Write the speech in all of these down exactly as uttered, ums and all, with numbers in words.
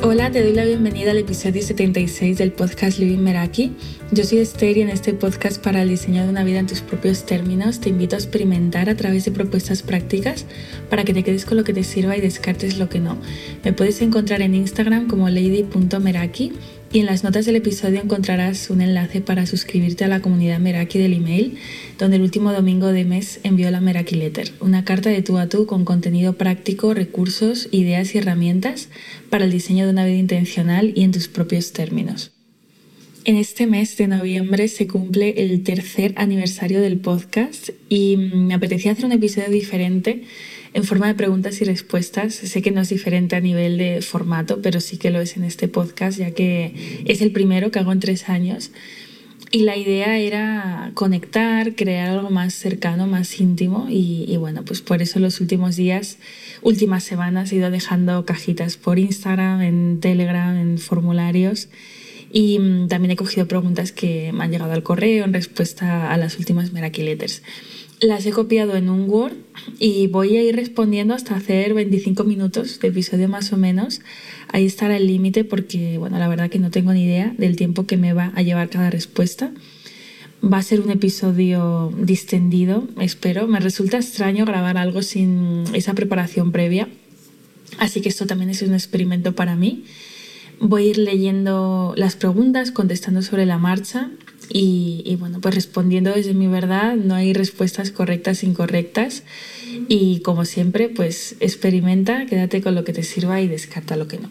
Hola, te doy la bienvenida al episodio setenta y seis del podcast Living Meraki. Yo soy Esther y en este podcast para el diseño de una vida en tus propios términos te invito a experimentar a través de propuestas prácticas para que te quedes con lo que te sirva y descartes lo que no. Me puedes encontrar en Instagram como lady punto meraki y en las notas del episodio encontrarás un enlace para suscribirte a la comunidad Meraki del email, donde el último domingo de mes envío la Meraki Letter, una carta de tú a tú con contenido práctico, recursos, ideas y herramientas para el diseño de una vida intencional y en tus propios términos. En este mes de noviembre se cumple el tercer aniversario del podcast y me apetecía hacer un episodio diferente en forma de preguntas y respuestas. Sé que no es diferente a nivel de formato, pero sí que lo es en este podcast, ya que es el primero que hago en tres años. Y la idea era conectar, crear algo más cercano, más íntimo. Y, y bueno, pues por eso los últimos días, últimas semanas he ido dejando cajitas por Instagram, en Telegram, en formularios. Y también he cogido preguntas que me han llegado al correo en respuesta a las últimas Meraki Letters. Las he copiado en un Word y voy a ir respondiendo hasta hacer veinticinco minutos de episodio más o menos. Ahí estará el límite porque, bueno, la verdad que no tengo ni idea del tiempo que me va a llevar cada respuesta. Va a ser un episodio distendido, espero. Me resulta extraño grabar algo sin esa preparación previa, así que esto también es un experimento para mí. Voy a ir leyendo las preguntas, contestando sobre la marcha y, y bueno, pues respondiendo desde mi verdad. No hay respuestas correctas e incorrectas y como siempre, pues experimenta, quédate con lo que te sirva y descarta lo que no.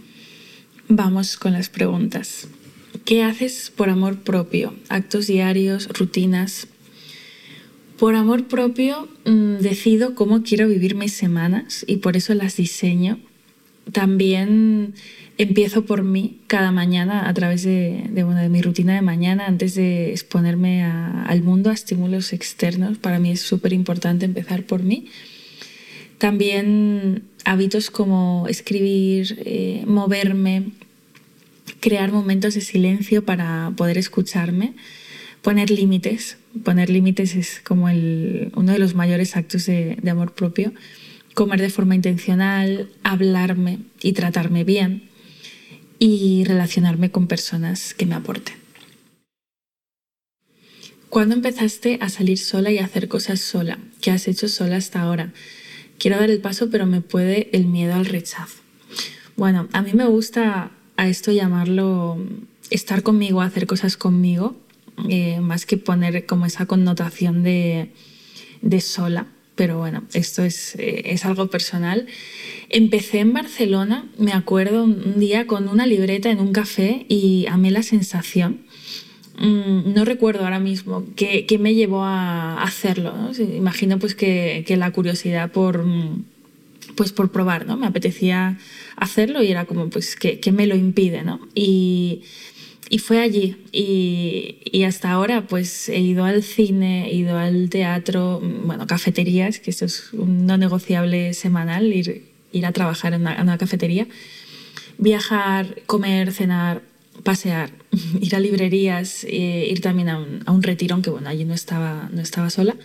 Vamos con las preguntas. ¿Qué haces por amor propio? Actos diarios, rutinas. Por amor propio mmm, decido cómo quiero vivir mis semanas y por eso las diseño. También empiezo por mí cada mañana a través de, de, bueno, de mi rutina de mañana antes de exponerme a, al mundo, a estímulos externos. Para mí es súper importante empezar por mí. También hábitos como escribir, eh, moverme, crear momentos de silencio para poder escucharme, poner límites. Poner límites es como el, uno de los mayores actos de, de amor propio. Comer de forma intencional, hablarme y tratarme bien y relacionarme con personas que me aporten. ¿Cuándo empezaste a salir sola y a hacer cosas sola? ¿Qué has hecho sola hasta ahora? Quiero dar el paso, pero me puede el miedo al rechazo. Bueno, a mí me gusta a esto llamarlo estar conmigo, hacer cosas conmigo, eh, más que poner como esa connotación de, de sola. Pero bueno, esto es, eh, es algo personal. Empecé en Barcelona, me acuerdo, un día con una libreta en un café y amé la sensación. Mm, no recuerdo ahora mismo qué, qué me llevó a hacerlo, ¿no? Imagino pues que, que la curiosidad por, pues por probar, ¿no? Me apetecía hacerlo y era como, pues, ¿qué, qué me lo impide, ¿no? Y... Y fue allí y, y hasta ahora pues he ido al cine, he ido al teatro, bueno, cafeterías, que esto es un no negociable semanal, ir, ir a trabajar en una, en una cafetería, viajar, comer, cenar, pasear, ir a librerías, eh, ir también a un, a un retiro, aunque bueno, allí no estaba, no estaba sola.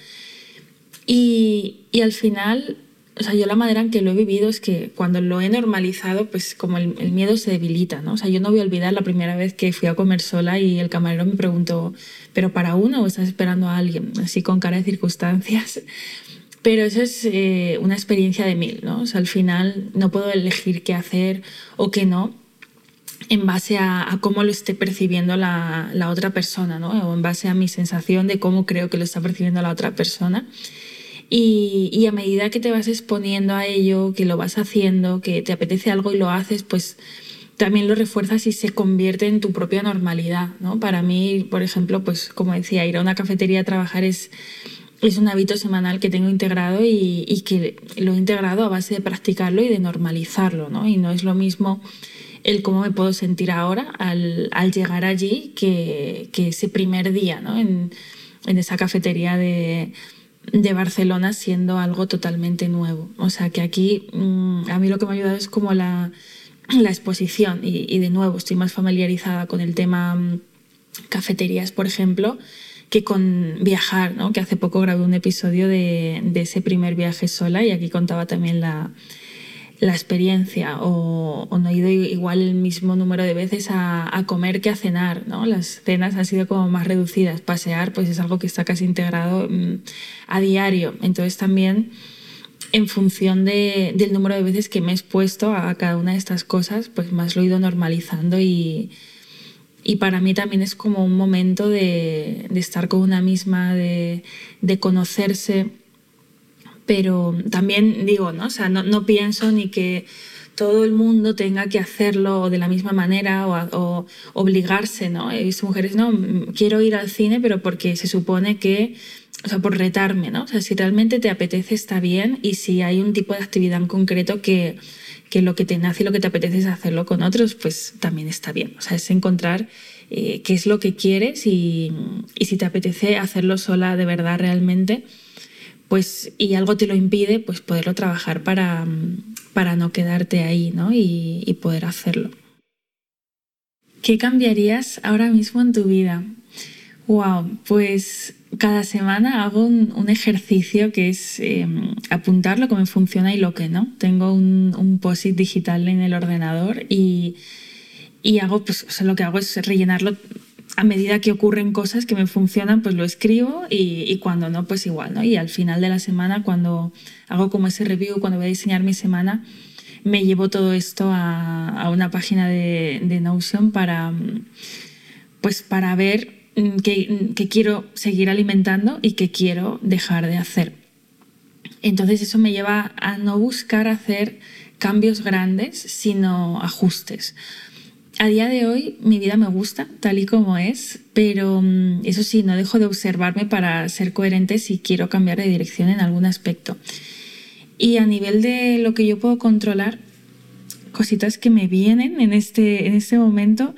Y, y al final... O sea, yo la manera en que lo he vivido es que cuando lo he normalizado, pues como el, el miedo se debilita, ¿no? O sea, yo no voy a olvidar la primera vez que fui a comer sola y el camarero me preguntó, ¿pero para uno o estás esperando a alguien? Así con cara de circunstancias. Pero eso es eh, una experiencia de mil, ¿no? O sea, al final no puedo elegir qué hacer o qué no en base a, a cómo lo esté percibiendo la, la otra persona, ¿no? O en base a mi sensación de cómo creo que lo está percibiendo la otra persona. Y, y a medida que te vas exponiendo a ello, que lo vas haciendo, que te apetece algo y lo haces, pues también lo refuerzas y se convierte en tu propia normalidad, ¿no? Para mí, por ejemplo, pues como decía, ir a una cafetería a trabajar es, es un hábito semanal que tengo integrado y, y que lo he integrado a base de practicarlo y de normalizarlo, ¿no? Y no es lo mismo el cómo me puedo sentir ahora al, al llegar allí que, que ese primer día, ¿no? En, en esa cafetería de... de Barcelona siendo algo totalmente nuevo. O sea que aquí mmm, a mí lo que me ha ayudado es como la, la exposición y, y de nuevo estoy más familiarizada con el tema mmm, cafeterías, por ejemplo, que con viajar, ¿no? Que hace poco grabé un episodio de, de ese primer viaje sola y aquí contaba también la, la experiencia, o, o no he ido igual el mismo número de veces a, a comer que a cenar, ¿no? Las cenas han sido como más reducidas. Pasear pues es algo que está casi integrado mmm, a diario. Entonces también en función de, del número de veces que me he expuesto a cada una de estas cosas, pues más lo he ido normalizando y, y para mí también es como un momento de, de estar con una misma, de, de conocerse. Pero también digo, ¿no? O sea, no, no pienso ni que todo el mundo tenga que hacerlo de la misma manera o, a, o obligarse, ¿no? He visto mujeres, no, quiero ir al cine, pero porque se supone que, o sea, por retarme, ¿no? O sea, si realmente te apetece está bien, y si hay un tipo de actividad en concreto que, que lo que te nace y lo que te apetece es hacerlo con otros, pues también está bien. O sea, es encontrar eh, qué es lo que quieres y, y si te apetece hacerlo sola de verdad realmente, pues, y algo te lo impide, pues poderlo trabajar para, para no quedarte ahí, ¿no? Y, y poder hacerlo. ¿Qué cambiarías ahora mismo en tu vida? Wow, pues cada semana hago un, un ejercicio que es eh, apuntar lo que me funciona y lo que no. Tengo un, un post-it digital en el ordenador y, y hago, pues, o sea, lo que hago es rellenarlo. A medida que ocurren cosas que me funcionan, pues lo escribo, y, y cuando no, pues igual, ¿no? Y al final de la semana, cuando hago como ese review, cuando voy a diseñar mi semana, me llevo todo esto a, a una página de, de Notion para, pues para ver qué, qué quiero seguir alimentando y qué quiero dejar de hacer. Entonces eso me lleva a no buscar hacer cambios grandes, sino ajustes. A día de hoy mi vida me gusta tal y como es, pero eso sí, no dejo de observarme para ser coherente si quiero cambiar de dirección en algún aspecto. Y a nivel de lo que yo puedo controlar, cositas que me vienen en este, en este momento,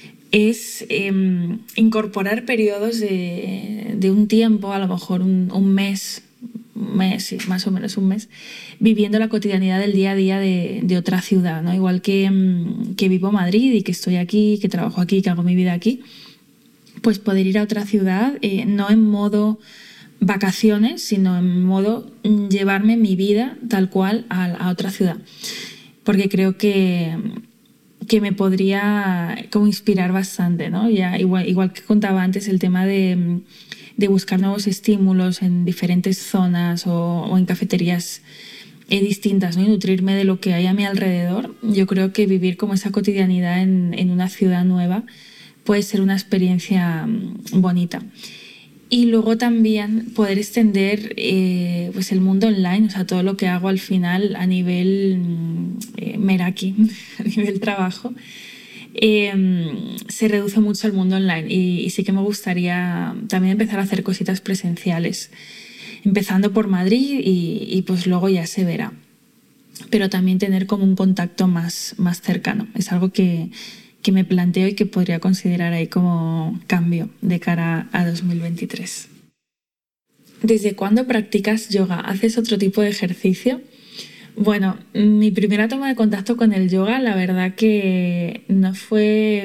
es eh, incorporar periodos de, de un tiempo, a lo mejor un, un mes, un mes, sí, más o menos un mes, viviendo la cotidianidad del día a día de, de otra ciudad, ¿no? Igual que, que vivo en Madrid y que estoy aquí, que trabajo aquí, que hago mi vida aquí, pues poder ir a otra ciudad, eh, no en modo vacaciones, sino en modo llevarme mi vida tal cual a, a otra ciudad. Porque creo que, que me podría como inspirar bastante, ¿no? Ya, igual, igual que contaba antes el tema de... de buscar nuevos estímulos en diferentes zonas o, o en cafeterías eh, distintas, ¿no? Y nutrirme de lo que hay a mi alrededor. Yo creo que vivir como esa cotidianidad en, en una ciudad nueva puede ser una experiencia bonita. Y luego también poder extender eh, pues el mundo online, o sea, todo lo que hago al final a nivel eh, meraki, a nivel trabajo, Eh, se reduce mucho al mundo online, y, y sí que me gustaría también empezar a hacer cositas presenciales, empezando por Madrid y, y pues luego ya se verá, pero también tener como un contacto más, más cercano. Es algo que, que me planteo y que podría considerar ahí como cambio de cara a dos mil veintitrés. ¿Desde cuándo practicas yoga? ¿Haces otro tipo de ejercicio? Bueno, mi primera toma de contacto con el yoga, la verdad que no fue,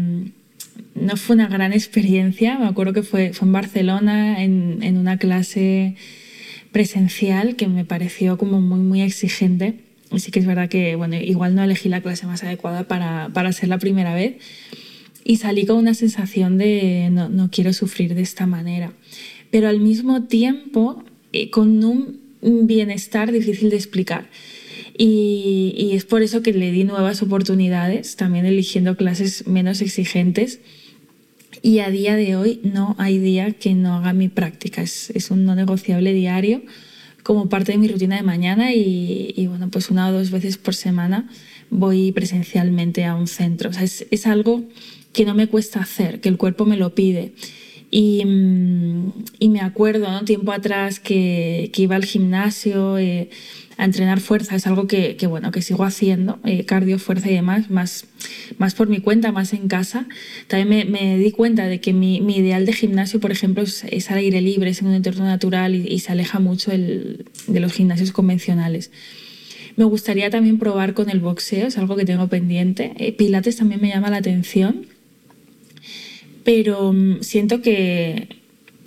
no fue una gran experiencia. Me acuerdo que fue, fue en Barcelona, en, en una clase presencial que me pareció como muy, muy exigente. Y sí que es verdad que, bueno, igual no elegí la clase más adecuada para, para ser la primera vez. Y salí con una sensación de no, no quiero sufrir de esta manera. Pero al mismo tiempo, eh, con un bienestar difícil de explicar. Y, y es por eso que le di nuevas oportunidades, también eligiendo clases menos exigentes. Y a día de hoy no hay día que no haga mi práctica. Es, es un no negociable diario como parte de mi rutina de mañana, y, y bueno, pues una o dos veces por semana voy presencialmente a un centro. O sea, es, es algo que no me cuesta hacer, que el cuerpo me lo pide. Y, y me acuerdo, ¿no? Tiempo atrás que, que iba al gimnasio eh, a entrenar fuerza. Es algo que, que, bueno, que sigo haciendo, eh, cardio, fuerza y demás, más, más por mi cuenta, más en casa. También me, me di cuenta de que mi, mi ideal de gimnasio, por ejemplo, es, es al aire libre, es en un entorno natural, y, y se aleja mucho el, de los gimnasios convencionales. Me gustaría también probar con el boxeo, es algo que tengo pendiente. Eh, Pilates también me llama la atención, pero siento que,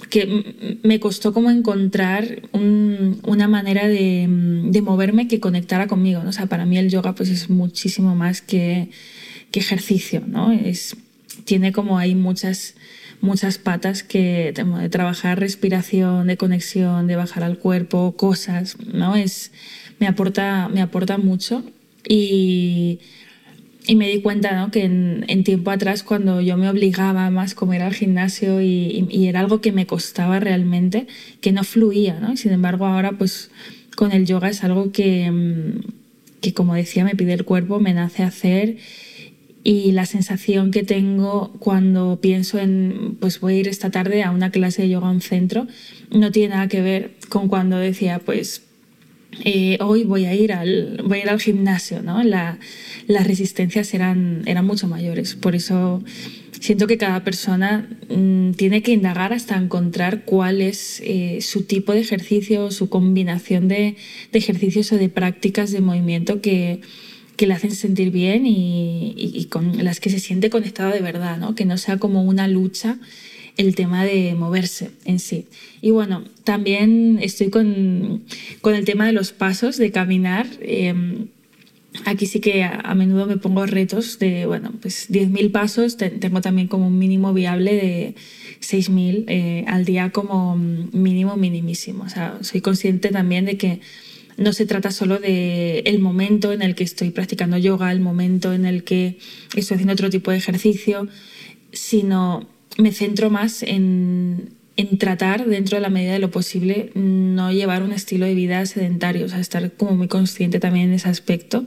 que me costó como encontrar un, una manera de, de moverme que conectara conmigo, ¿no? O sea, para mí el yoga pues es muchísimo más que, que ejercicio, ¿no? Es, tiene como ahí muchas, muchas patas que de trabajar respiración, de conexión, de bajar al cuerpo, cosas, ¿no? Es, me aporta, me aporta mucho y... Y me di cuenta, ¿no?, que en, en tiempo atrás, cuando yo me obligaba más como ir al gimnasio y, y, y era algo que me costaba realmente, que no fluía, ¿no? Y sin embargo, ahora pues con el yoga es algo que, que, como decía, me pide el cuerpo, me nace hacer. Y la sensación que tengo cuando pienso en, pues voy a ir esta tarde a una clase de yoga a un centro, no tiene nada que ver con cuando decía, pues Eh, hoy voy a ir al, voy a ir al gimnasio, ¿no? La, las resistencias eran, eran mucho mayores. Por eso siento que cada persona mmm, tiene que indagar hasta encontrar cuál es eh, su tipo de ejercicio, su combinación de, de ejercicios o de prácticas de movimiento que, que le hacen sentir bien y, y, y con las que se siente conectado de verdad, ¿no? Que no sea como una lucha el tema de moverse en sí. Y bueno, también estoy con, con el tema de los pasos, de caminar. Eh, aquí sí que a, a menudo me pongo retos de, bueno, pues diez mil pasos. Te, tengo también como un mínimo viable de seis mil eh, al día como mínimo minimísimo. O sea, soy consciente también de que no se trata solo de el momento en el que estoy practicando yoga, el momento en el que estoy haciendo otro tipo de ejercicio, sino me centro más en, en tratar, dentro de la medida de lo posible, no llevar un estilo de vida sedentario, o sea, estar como muy consciente también en ese aspecto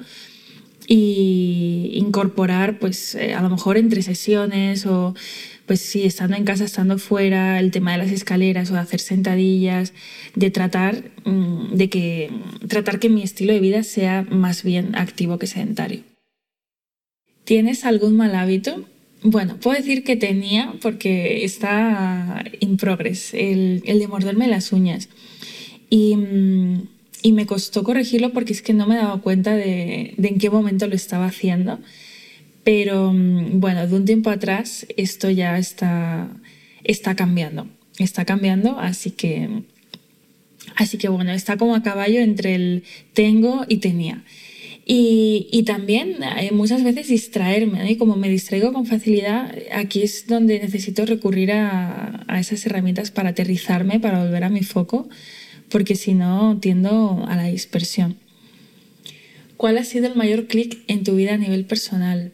y incorporar, pues, eh, a lo mejor entre sesiones o, pues sí, estando en casa, estando fuera, el tema de las escaleras o de hacer sentadillas, de tratar, de que, tratar que mi estilo de vida sea más bien activo que sedentario. ¿Tienes algún mal hábito? Bueno, puedo decir que tenía, porque está in progress, el, el de morderme las uñas. Y, y me costó corregirlo porque es que no me daba cuenta de, de en qué momento lo estaba haciendo. Pero bueno, de un tiempo atrás esto ya está, está cambiando. Está cambiando, así que, así que bueno, está como a caballo entre el tengo y tenía. Y, y también eh, muchas veces distraerme, ¿no? Y como me distraigo con facilidad, aquí es donde necesito recurrir a, a esas herramientas para aterrizarme, para volver a mi foco, porque si no tiendo a la dispersión. ¿Cuál ha sido el mayor clic en tu vida a nivel personal?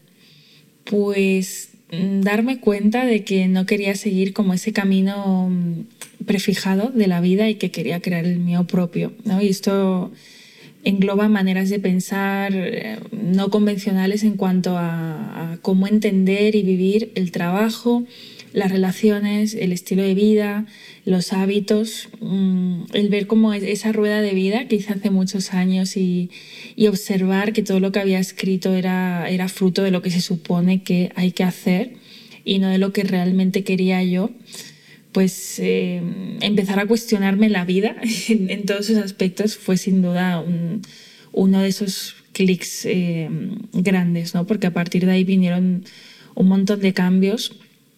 Pues darme cuenta de que no quería seguir como ese camino prefijado de la vida y que quería crear el mío propio, ¿no? Y esto engloba maneras de pensar eh, no convencionales en cuanto a, a cómo entender y vivir el trabajo, las relaciones, el estilo de vida, los hábitos, mmm, el ver como esa rueda de vida que hice hace muchos años y, y observar que todo lo que había escrito era, era fruto de lo que se supone que hay que hacer y no de lo que realmente quería yo. Pues eh, empezar a cuestionarme la vida en, en todos esos aspectos fue sin duda un, uno de esos clics eh, grandes, ¿no? Porque a partir de ahí vinieron un montón de cambios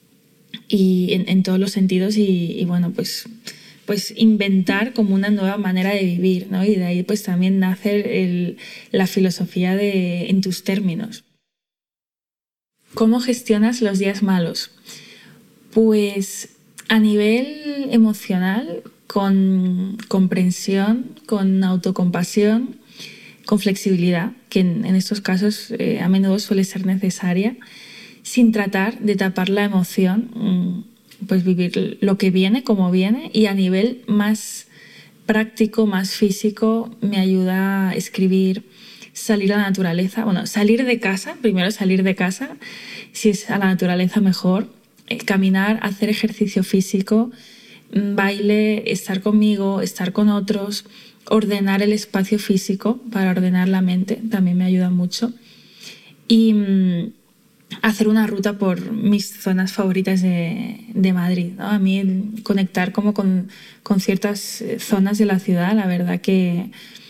y en, en todos los sentidos y, y bueno, pues, pues inventar como una nueva manera de vivir, ¿no? Y de ahí pues también nace el, la filosofía de en tus términos. ¿Cómo gestionas los días malos? Pues a nivel emocional, con comprensión, con autocompasión, con flexibilidad, que en, en estos casos eh, a menudo suele ser necesaria, sin tratar de tapar la emoción, pues vivir lo que viene como viene. Y a nivel más práctico, más físico, me ayuda a escribir, salir a la naturaleza, bueno, salir de casa, primero salir de casa, si es a la naturaleza mejor, caminar, hacer ejercicio físico, baile, estar conmigo, estar con otros, ordenar el espacio físico para ordenar la mente, también me ayuda mucho. Y mmm, hacer una ruta por mis zonas favoritas de, de Madrid, ¿no? A mí conectar como con, con ciertas zonas de la ciudad, la verdad que,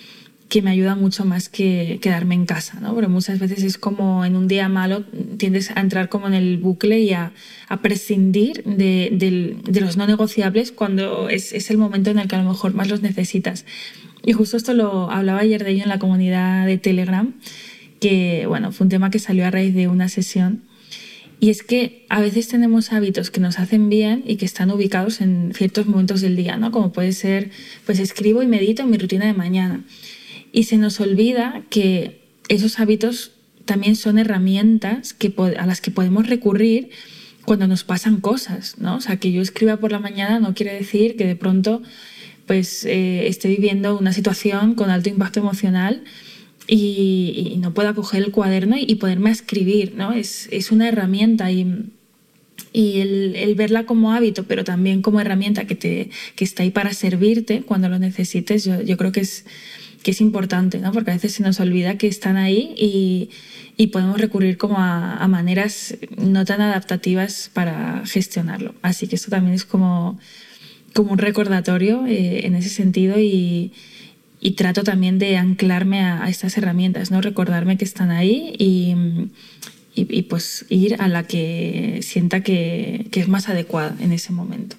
que me ayuda mucho más que quedarme en casa, ¿no? Pero muchas veces es como en un día malo tiendes a entrar como en el bucle y a, a prescindir de, de, de los no negociables cuando es, es el momento en el que a lo mejor más los necesitas. Y justo esto lo hablaba ayer de ello en la comunidad de Telegram, que bueno, fue un tema que salió a raíz de una sesión. Y es que a veces tenemos hábitos que nos hacen bien y que están ubicados en ciertos momentos del día, ¿no? Como puede ser, pues escribo y medito en mi rutina de mañana. Y se nos olvida que esos hábitos también son herramientas que, a las que podemos recurrir cuando nos pasan cosas, ¿no? O sea, que yo escriba por la mañana no quiere decir que de pronto pues, eh, esté viviendo una situación con alto impacto emocional y, y no pueda coger el cuaderno y ponerme a escribir, ¿no? Es, es una herramienta y, y el, el verla como hábito, pero también como herramienta que, te, que está ahí para servirte cuando lo necesites, yo, yo creo que es... que es importante, ¿no? Porque a veces se nos olvida que están ahí y, y podemos recurrir como a, a maneras no tan adaptativas para gestionarlo. Así que esto también es como, como un recordatorio eh, en ese sentido y, y trato también de anclarme a, a estas herramientas, ¿no? Recordarme que están ahí y, y, y pues ir a la que sienta que, que es más adecuada en ese momento.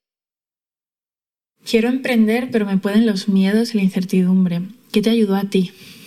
Quiero emprender, pero me pueden los miedos y la incertidumbre. ¿Qué te ayudó a ti?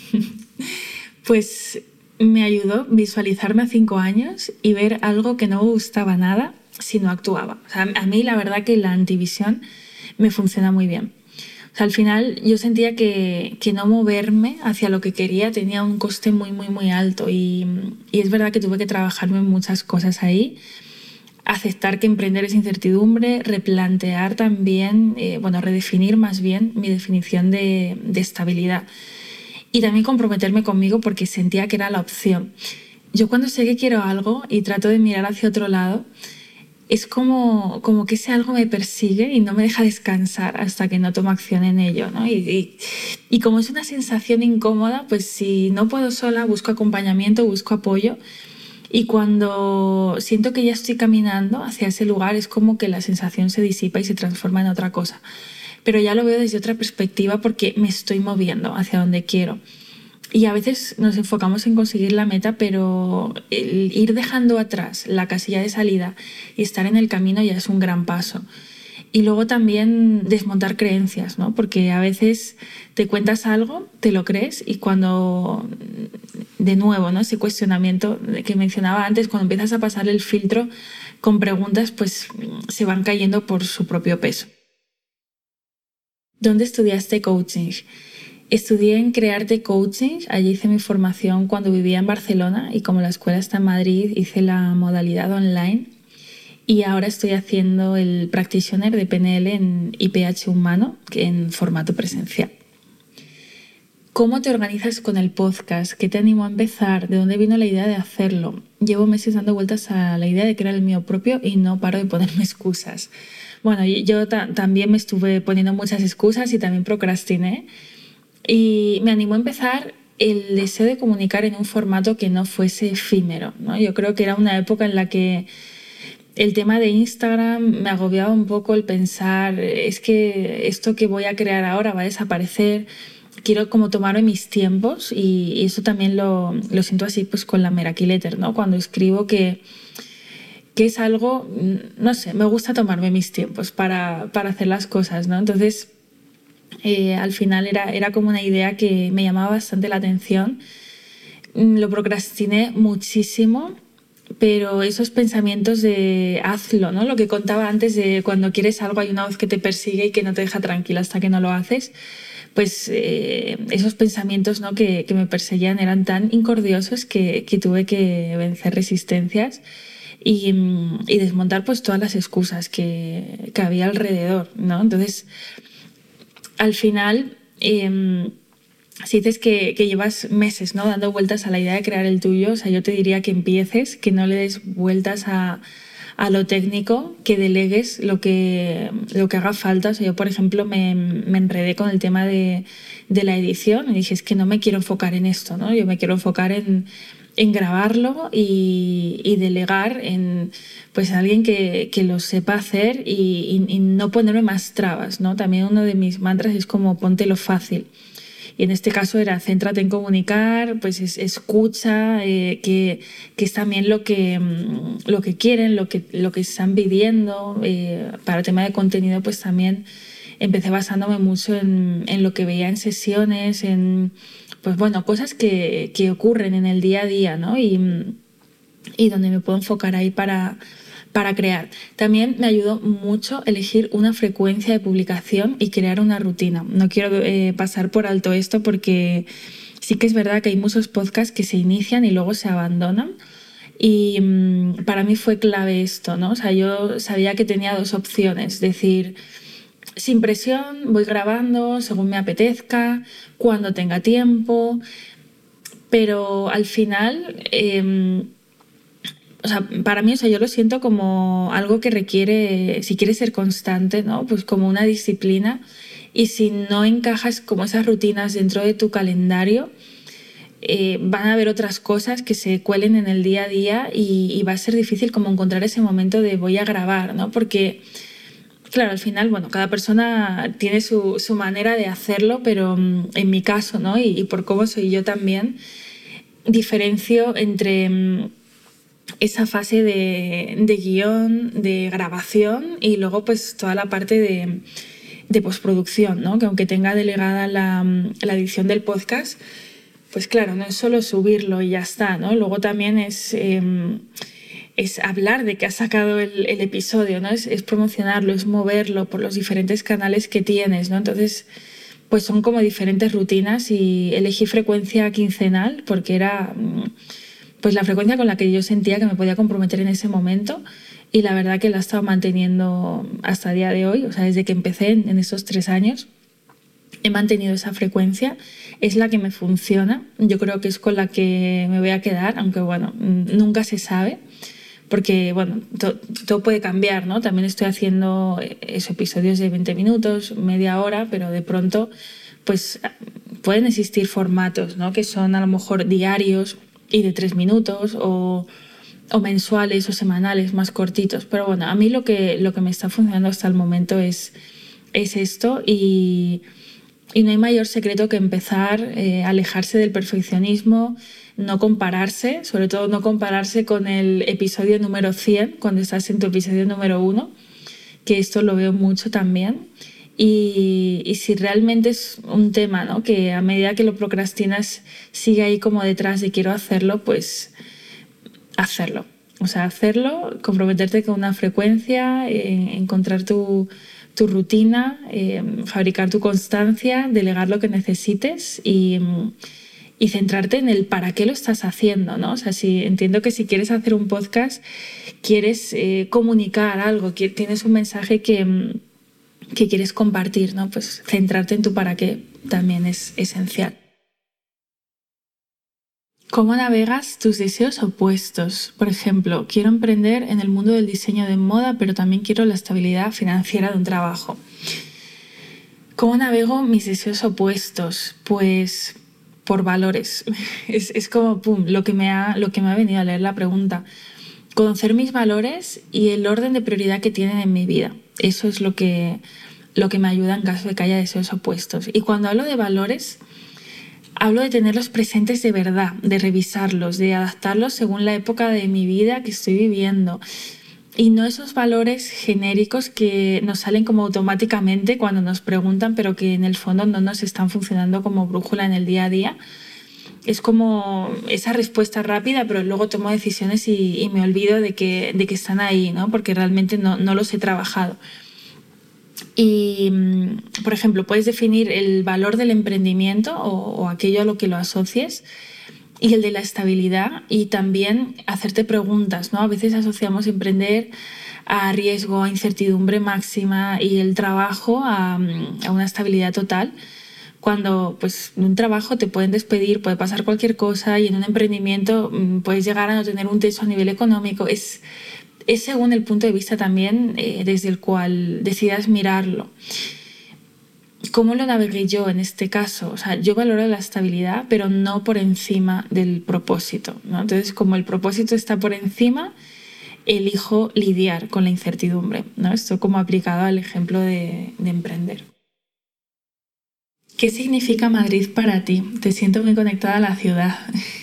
Pues me ayudó visualizarme a cinco años y ver algo que no me gustaba nada si no actuaba. O sea, a mí la verdad que la antivisión me funciona muy bien. O sea, al final yo sentía que, que no moverme hacia lo que quería tenía un coste muy, muy, muy alto y, y es verdad que tuve que trabajarme muchas cosas ahí. Aceptar que emprender es incertidumbre, replantear también, eh, bueno, redefinir más bien mi definición de, de estabilidad y también comprometerme conmigo porque sentía que era la opción. Yo cuando sé que quiero algo y trato de mirar hacia otro lado, es como, como que ese algo me persigue y no me deja descansar hasta que no tomo acción en ello, ¿no? Y, y, y como es una sensación incómoda, pues si no puedo sola, busco acompañamiento, busco apoyo. Y cuando siento que ya estoy caminando hacia ese lugar es como que la sensación se disipa y se transforma en otra cosa. Pero ya lo veo desde otra perspectiva porque me estoy moviendo hacia donde quiero. Y a veces nos enfocamos en conseguir la meta, pero el ir dejando atrás la casilla de salida y estar en el camino ya es un gran paso. Y luego también desmontar creencias, ¿no? Porque a veces te cuentas algo, te lo crees y cuando, de nuevo, ¿no? Ese cuestionamiento que mencionaba antes, cuando empiezas a pasar el filtro con preguntas, pues se van cayendo por su propio peso. ¿Dónde estudiaste coaching? Estudié en Crearte Coaching, allí hice mi formación cuando vivía en Barcelona y como la escuela está en Madrid hice la modalidad online. Y ahora estoy haciendo el practitioner de P N L en I P H humano, que en formato presencial. ¿Cómo te organizas con el podcast? ¿Qué te animó a empezar? ¿De dónde vino la idea de hacerlo? Llevo meses dando vueltas a la idea de crear el mío propio y no paro de ponerme excusas. Bueno, yo ta- también me estuve poniendo muchas excusas y también procrastiné. Y me animó a empezar el deseo de comunicar en un formato que no fuese efímero, ¿no? Yo creo que era una época en la que el tema de Instagram me agobiaba un poco el pensar, es que esto que voy a crear ahora va a desaparecer, quiero como tomarme mis tiempos y, y eso también lo, lo siento así pues con la Meraki Letter, ¿no? Cuando escribo que, que es algo, no sé, me gusta tomarme mis tiempos para, para hacer las cosas, ¿no? Entonces, eh, al final era, era como una idea que me llamaba bastante la atención, lo procrastiné muchísimo. Pero esos pensamientos de hazlo, ¿no? Lo que contaba antes de cuando quieres algo hay una voz que te persigue y que no te deja tranquila hasta que no lo haces, pues eh, esos pensamientos, ¿no? que, que me perseguían eran tan incordiosos que, que tuve que vencer resistencias y, y desmontar pues todas las excusas que, que había alrededor, ¿no? Entonces, al final... Eh, Si dices que, que llevas meses, ¿no? dando vueltas a la idea de crear el tuyo, o sea, yo te diría que empieces, que no le des vueltas a, a lo técnico, que delegues lo que, lo que haga falta. O sea, yo, por ejemplo, me, me enredé con el tema de, de la edición y dije, es que no me quiero enfocar en esto, ¿no? Yo me quiero enfocar en, en grabarlo y, y delegar en pues, alguien que, que lo sepa hacer y, y, y no ponerme más trabas, ¿no? También uno de mis mantras es como ponte lo fácil. Y en este caso era céntrate en comunicar, pues es, escucha, eh, que, que es también lo que, lo que quieren, lo que, lo que están viviendo. Eh, para el tema de contenido, pues también empecé basándome mucho en, en lo que veía en sesiones, en pues bueno, cosas que, que ocurren en el día a día, ¿no? Y, y donde me puedo enfocar ahí para, para crear. También me ayudó mucho elegir una frecuencia de publicación y crear una rutina. No quiero eh, pasar por alto esto porque sí que es verdad que hay muchos podcasts que se inician y luego se abandonan. Y mmm, para mí fue clave esto, ¿no? O sea, yo sabía que tenía dos opciones, es decir, sin presión, voy grabando según me apetezca, cuando tenga tiempo, pero al final... Eh, O sea, para mí, o sea, yo lo siento como algo que requiere, si quieres ser constante, ¿no? Pues como una disciplina. Y si no encajas como esas rutinas dentro de tu calendario, eh, van a haber otras cosas que se cuelen en el día a día y, y va a ser difícil como encontrar ese momento de voy a grabar, ¿no? Porque, claro, al final, bueno, cada persona tiene su, su manera de hacerlo, pero mm, en mi caso, ¿no? Y, y por cómo soy yo también, diferencio entre... Mm, esa fase de, de guión, de grabación y luego pues toda la parte de, de postproducción, ¿no? Que aunque tenga delegada la, la edición del podcast, pues claro, no es solo subirlo y ya está, ¿no? Luego también es, eh, es hablar de que has sacado el, el episodio, ¿no? Es, es promocionarlo, es moverlo por los diferentes canales que tienes, ¿no? Entonces, pues son como diferentes rutinas y elegí frecuencia quincenal porque era... pues la frecuencia con la que yo sentía que me podía comprometer en ese momento y la verdad que la he estado manteniendo hasta el día de hoy, o sea, desde que empecé en, en esos tres años he mantenido esa frecuencia, es la que me funciona, yo creo que es con la que me voy a quedar, aunque bueno, nunca se sabe, porque bueno, to, todo puede cambiar, ¿no? También estoy haciendo esos episodios de veinte minutos, media hora, pero de pronto pues pueden existir formatos, ¿no? Que son a lo mejor diarios, y de tres minutos o, o mensuales o semanales más cortitos. Pero bueno, a mí lo que, lo que me está funcionando hasta el momento es, es esto y, y no hay mayor secreto que empezar eh, a alejarse del perfeccionismo, no compararse, sobre todo no compararse con el episodio número cien cuando estás en tu episodio número uno, que esto lo veo mucho también. Y, y si realmente es un tema, ¿no? Que a medida que lo procrastinas sigue ahí como detrás de quiero hacerlo, pues hacerlo. O sea, hacerlo, comprometerte con una frecuencia, eh, encontrar tu, tu rutina, eh, fabricar tu constancia, delegar lo que necesites y, y centrarte en el para qué lo estás haciendo, ¿no? O sea, si, entiendo que si quieres hacer un podcast, quieres eh, comunicar algo, que tienes un mensaje que... que quieres compartir, ¿no? Pues centrarte en tu para qué también es esencial. ¿Cómo navegas tus deseos opuestos? Por ejemplo, quiero emprender en el mundo del diseño de moda, pero también quiero la estabilidad financiera de un trabajo. ¿Cómo navego mis deseos opuestos? Pues por valores. Es, es como, pum, lo que, me ha, lo que me ha venido a leer la pregunta. Conocer mis valores y el orden de prioridad que tienen en mi vida. Eso es lo que, lo que me ayuda en caso de que haya deseos opuestos. Y cuando hablo de valores, hablo de tenerlos presentes de verdad, de revisarlos, de adaptarlos según la época de mi vida que estoy viviendo. Y no esos valores genéricos que nos salen como automáticamente cuando nos preguntan, pero que en el fondo no nos están funcionando como brújula en el día a día. Es como esa respuesta rápida, pero luego tomo decisiones y, y me olvido de que, de que están ahí, ¿no? Porque realmente no, no los he trabajado. Y, por ejemplo, puedes definir el valor del emprendimiento o, o aquello a lo que lo asocies y el de la estabilidad y también hacerte preguntas, ¿no? A veces asociamos emprender a riesgo, a incertidumbre máxima y el trabajo a, a una estabilidad total. Cuando pues en un trabajo te pueden despedir, puede pasar cualquier cosa y en un emprendimiento mmm, puedes llegar a no tener un techo a nivel económico. Es, es según el punto de vista también eh, desde el cual decidas mirarlo. ¿Cómo lo navegué yo en este caso? O sea, yo valoro la estabilidad, pero no por encima del propósito, ¿no? Entonces, como el propósito está por encima, elijo lidiar con la incertidumbre, ¿no? Esto como aplicado al ejemplo de, de emprender. ¿Qué significa Madrid para ti? ¿Te siento muy conectada a la ciudad?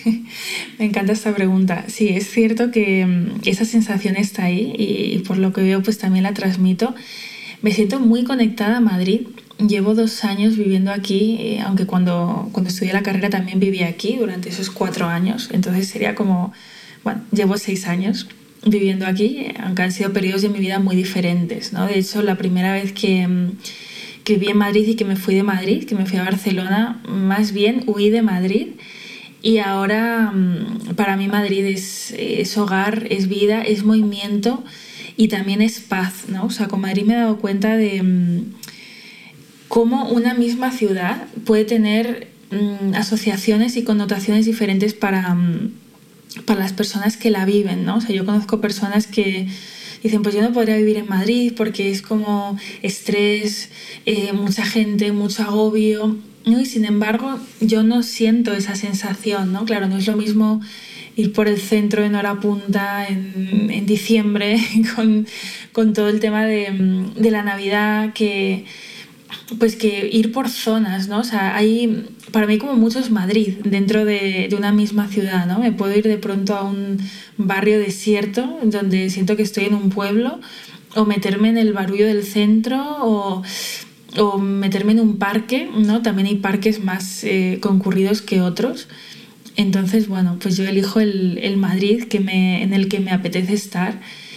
Me encanta esta pregunta. Sí, es cierto que mm, esa sensación está ahí y, y por lo que veo pues también la transmito. Me siento muy conectada a Madrid. Llevo dos años viviendo aquí, eh, aunque cuando, cuando estudié la carrera también vivía aquí durante esos cuatro años. Entonces sería como, bueno, llevo seis años viviendo aquí, eh, aunque han sido periodos de mi vida muy diferentes, ¿no? De hecho, la primera vez que, mm, que viví en Madrid y que me fui de Madrid, que me fui a Barcelona, más bien huí de Madrid. Y ahora mm, para mí Madrid es, es hogar, es vida, es movimiento y también es paz, ¿no? O sea, con Madrid me he dado cuenta de mm, cómo una misma ciudad puede tener mm, asociaciones y connotaciones diferentes para, mm, para las personas que la viven, ¿no? O sea, yo conozco personas que dicen, pues yo no podría vivir en Madrid porque es como estrés, eh, mucha gente, mucho agobio, ¿no? Y sin embargo, yo no siento esa sensación, ¿no? Claro, no es lo mismo ir por el centro en hora punta en, en diciembre con, con todo el tema de, de la Navidad que pues que ir por zonas, ¿no? O sea, hay para mí como muchos Madrid dentro de, de una misma ciudad, ¿no? Me puedo ir de pronto a un barrio desierto donde siento que estoy en un pueblo o meterme en el barullo del centro o, o meterme en un parque, ¿no? También hay parques más eh, concurridos que otros. Entonces, bueno, pues yo elijo el, el Madrid que me, en el que me apetece estar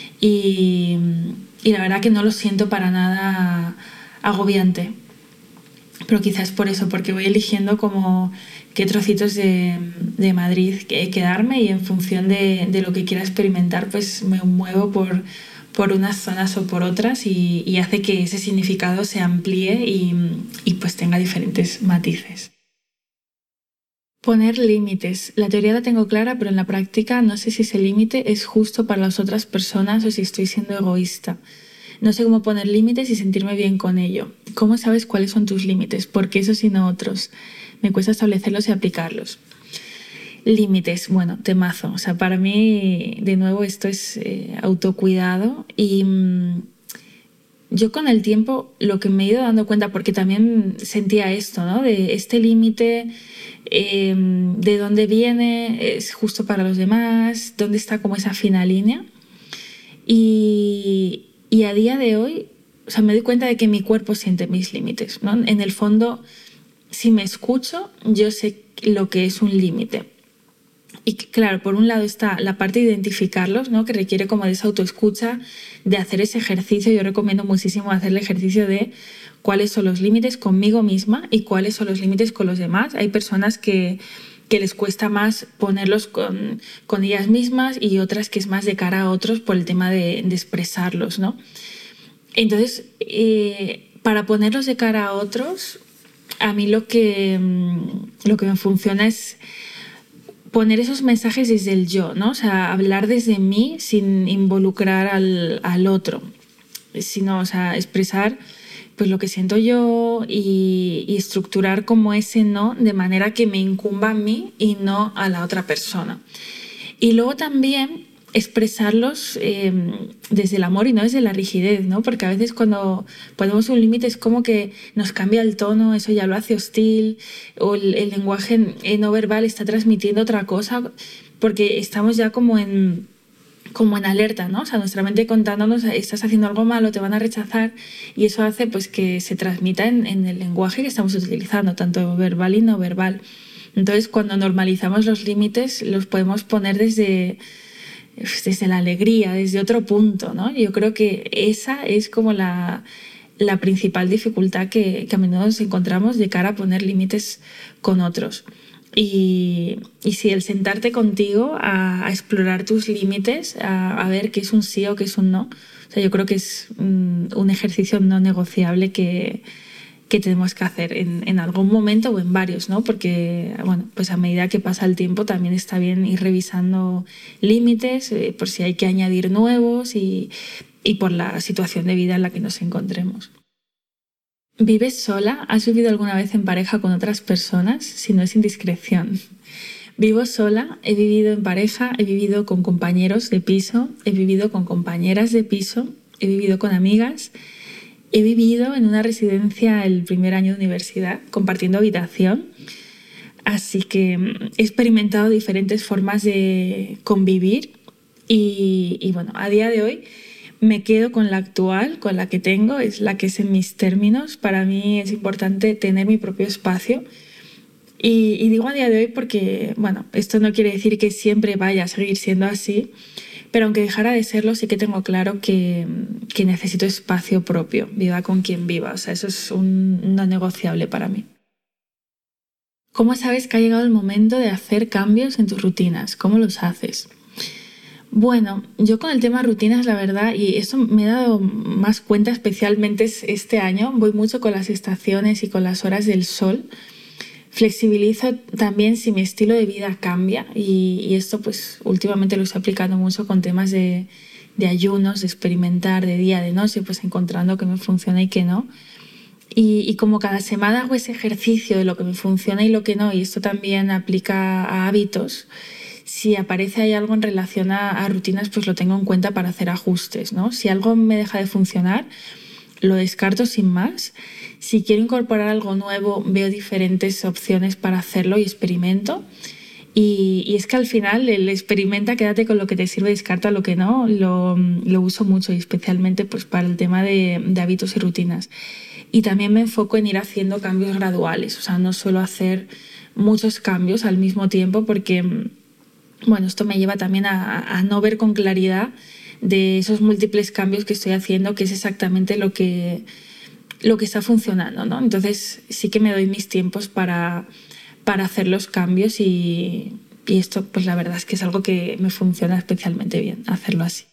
y, y la verdad que no lo siento para nada agobiante. Pero quizás por eso, porque voy eligiendo como qué trocitos de, de Madrid quedarme y en función de, de lo que quiera experimentar, pues me muevo por, por unas zonas o por otras y, y hace que ese significado se amplíe y, y pues tenga diferentes matices. Poner límites. La teoría la tengo clara, pero en la práctica no sé si ese límite es justo para las otras personas o si estoy siendo egoísta. No sé cómo poner límites y sentirme bien con ello. ¿Cómo sabes cuáles son tus límites? ¿Por qué esos y no otros? Me cuesta establecerlos y aplicarlos. Límites, bueno, temazo. O sea, para mí, de nuevo, esto es eh, autocuidado y mmm, yo con el tiempo lo que me he ido dando cuenta, porque también sentía esto, ¿no? De este límite, eh, de dónde viene, es justo para los demás, dónde está como esa fina línea. Y, y a día de hoy, o sea, me doy cuenta de que mi cuerpo siente mis límites, ¿no? En el fondo, si me escucho, yo sé lo que es un límite. Y claro, por un lado está la parte de identificarlos, ¿no? Que requiere como de esa autoescucha, de hacer ese ejercicio. Yo recomiendo muchísimo hacer el ejercicio de cuáles son los límites conmigo misma y cuáles son los límites con los demás. Hay personas que, que les cuesta más ponerlos con, con ellas mismas y otras que es más de cara a otros por el tema de, de expresarlos, ¿no? Entonces, eh, para ponerlos de cara a otros, a mí lo que, lo que me funciona es poner esos mensajes desde el yo, ¿no? O sea, hablar desde mí sin involucrar al, al otro, sino, o sea, expresar pues lo que siento yo y, y estructurar como ese no de manera que me incumba a mí y no a la otra persona. Y luego también expresarlos eh, desde el amor y no desde la rigidez, ¿no? Porque a veces cuando ponemos un límite es como que nos cambia el tono, eso ya lo hace hostil, o el, el lenguaje no verbal está transmitiendo otra cosa, porque estamos ya como en, como en alerta, ¿no? O sea, nuestra mente contándonos, estás haciendo algo malo, te van a rechazar, y eso hace pues que se transmita en, en el lenguaje que estamos utilizando, tanto verbal y no verbal. Entonces, cuando normalizamos los límites, los podemos poner desde desde la alegría, desde otro punto, ¿no? Yo creo que esa es como la, la principal dificultad que, que a menudo nos encontramos de cara a poner límites con otros. Y, y si el sentarte contigo a, a explorar tus límites, a, a ver qué es un sí o qué es un no, o sea, yo creo que es un, un ejercicio no negociable que, que tenemos que hacer en, en algún momento o en varios, ¿no? Porque, bueno, pues a medida que pasa el tiempo también está bien ir revisando límites, eh, por si hay que añadir nuevos y, y por la situación de vida en la que nos encontremos. ¿Vives sola? ¿Has vivido alguna vez en pareja con otras personas? Si no es indiscreción. Vivo sola, he vivido en pareja, he vivido con compañeros de piso, he vivido con compañeras de piso, he vivido con amigas He vivido en una residencia el primer año de universidad, compartiendo habitación, así que he experimentado diferentes formas de convivir y, y bueno, a día de hoy me quedo con la actual, con la que tengo, es la que es en mis términos. Para mí es importante tener mi propio espacio. Y, y digo a día de hoy porque, bueno, esto no quiere decir que siempre vaya a seguir siendo así, pero aunque dejara de serlo, sí que tengo claro que, que necesito espacio propio, viva con quien viva. O sea, eso es un no negociable para mí. ¿Cómo sabes que ha llegado el momento de hacer cambios en tus rutinas? ¿Cómo los haces? Bueno, yo con el tema rutinas, la verdad, y eso me he dado más cuenta especialmente este año, voy mucho con las estaciones y con las horas del sol. Flexibilizo también si mi estilo de vida cambia y, y esto pues últimamente lo estoy aplicando mucho con temas de, de ayunos, de experimentar de día, de noche, pues encontrando que me funciona y que no. Y, y como cada semana hago ese ejercicio de lo que me funciona y lo que no, y esto también aplica a hábitos, si aparece ahí algo en relación a, a rutinas, pues lo tengo en cuenta para hacer ajustes, ¿no? Si algo me deja de funcionar, lo descarto sin más. Si quiero incorporar algo nuevo, veo diferentes opciones para hacerlo y experimento. Y, y es que al final el experimenta, quédate con lo que te sirve, descarta lo que no, lo, lo uso mucho y especialmente pues para el tema de, de hábitos y rutinas. Y también me enfoco en ir haciendo cambios graduales, o sea, no suelo hacer muchos cambios al mismo tiempo porque, bueno, esto me lleva también a, a no ver con claridad de esos múltiples cambios que estoy haciendo, que es exactamente lo que, lo que está funcionando, ¿no? Entonces sí que me doy mis tiempos para, para hacer los cambios y, y esto pues la verdad es que es algo que me funciona especialmente bien, hacerlo así.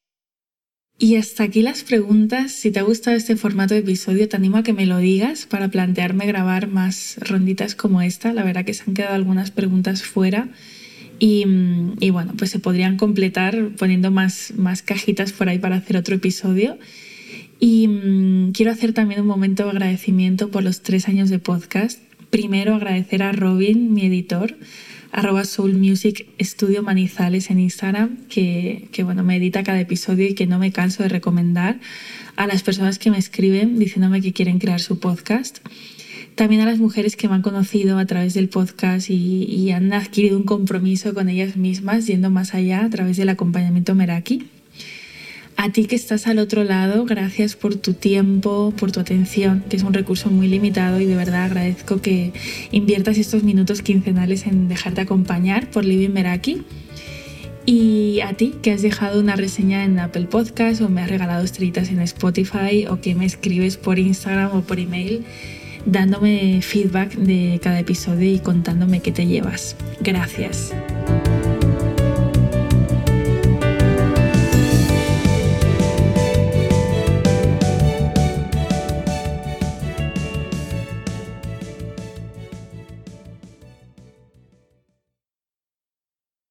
Y hasta aquí las preguntas. Si te ha gustado este formato de episodio, te animo a que me lo digas para plantearme grabar más ronditas como esta. La verdad que se han quedado algunas preguntas fuera. Y, y bueno, pues se podrían completar poniendo más, más cajitas por ahí para hacer otro episodio. Y um, quiero hacer también un momento de agradecimiento por los tres años de podcast. Primero agradecer a Robin, mi editor, arroba Soul Music Studio Manizales en Instagram, que, que bueno, me edita cada episodio y que no me canso de recomendar. A las personas que me escriben diciéndome que quieren crear su podcast. También a las mujeres que me han conocido a través del podcast y, y han adquirido un compromiso con ellas mismas, yendo más allá a través del acompañamiento Meraki. A ti que estás al otro lado, gracias por tu tiempo, por tu atención, que es un recurso muy limitado y de verdad agradezco que inviertas estos minutos quincenales en dejarte acompañar por Living Meraki. Y a ti que has dejado una reseña en Apple Podcast o me has regalado estrellitas en Spotify o que me escribes por Instagram o por email, dándome feedback de cada episodio y contándome qué te llevas. Gracias.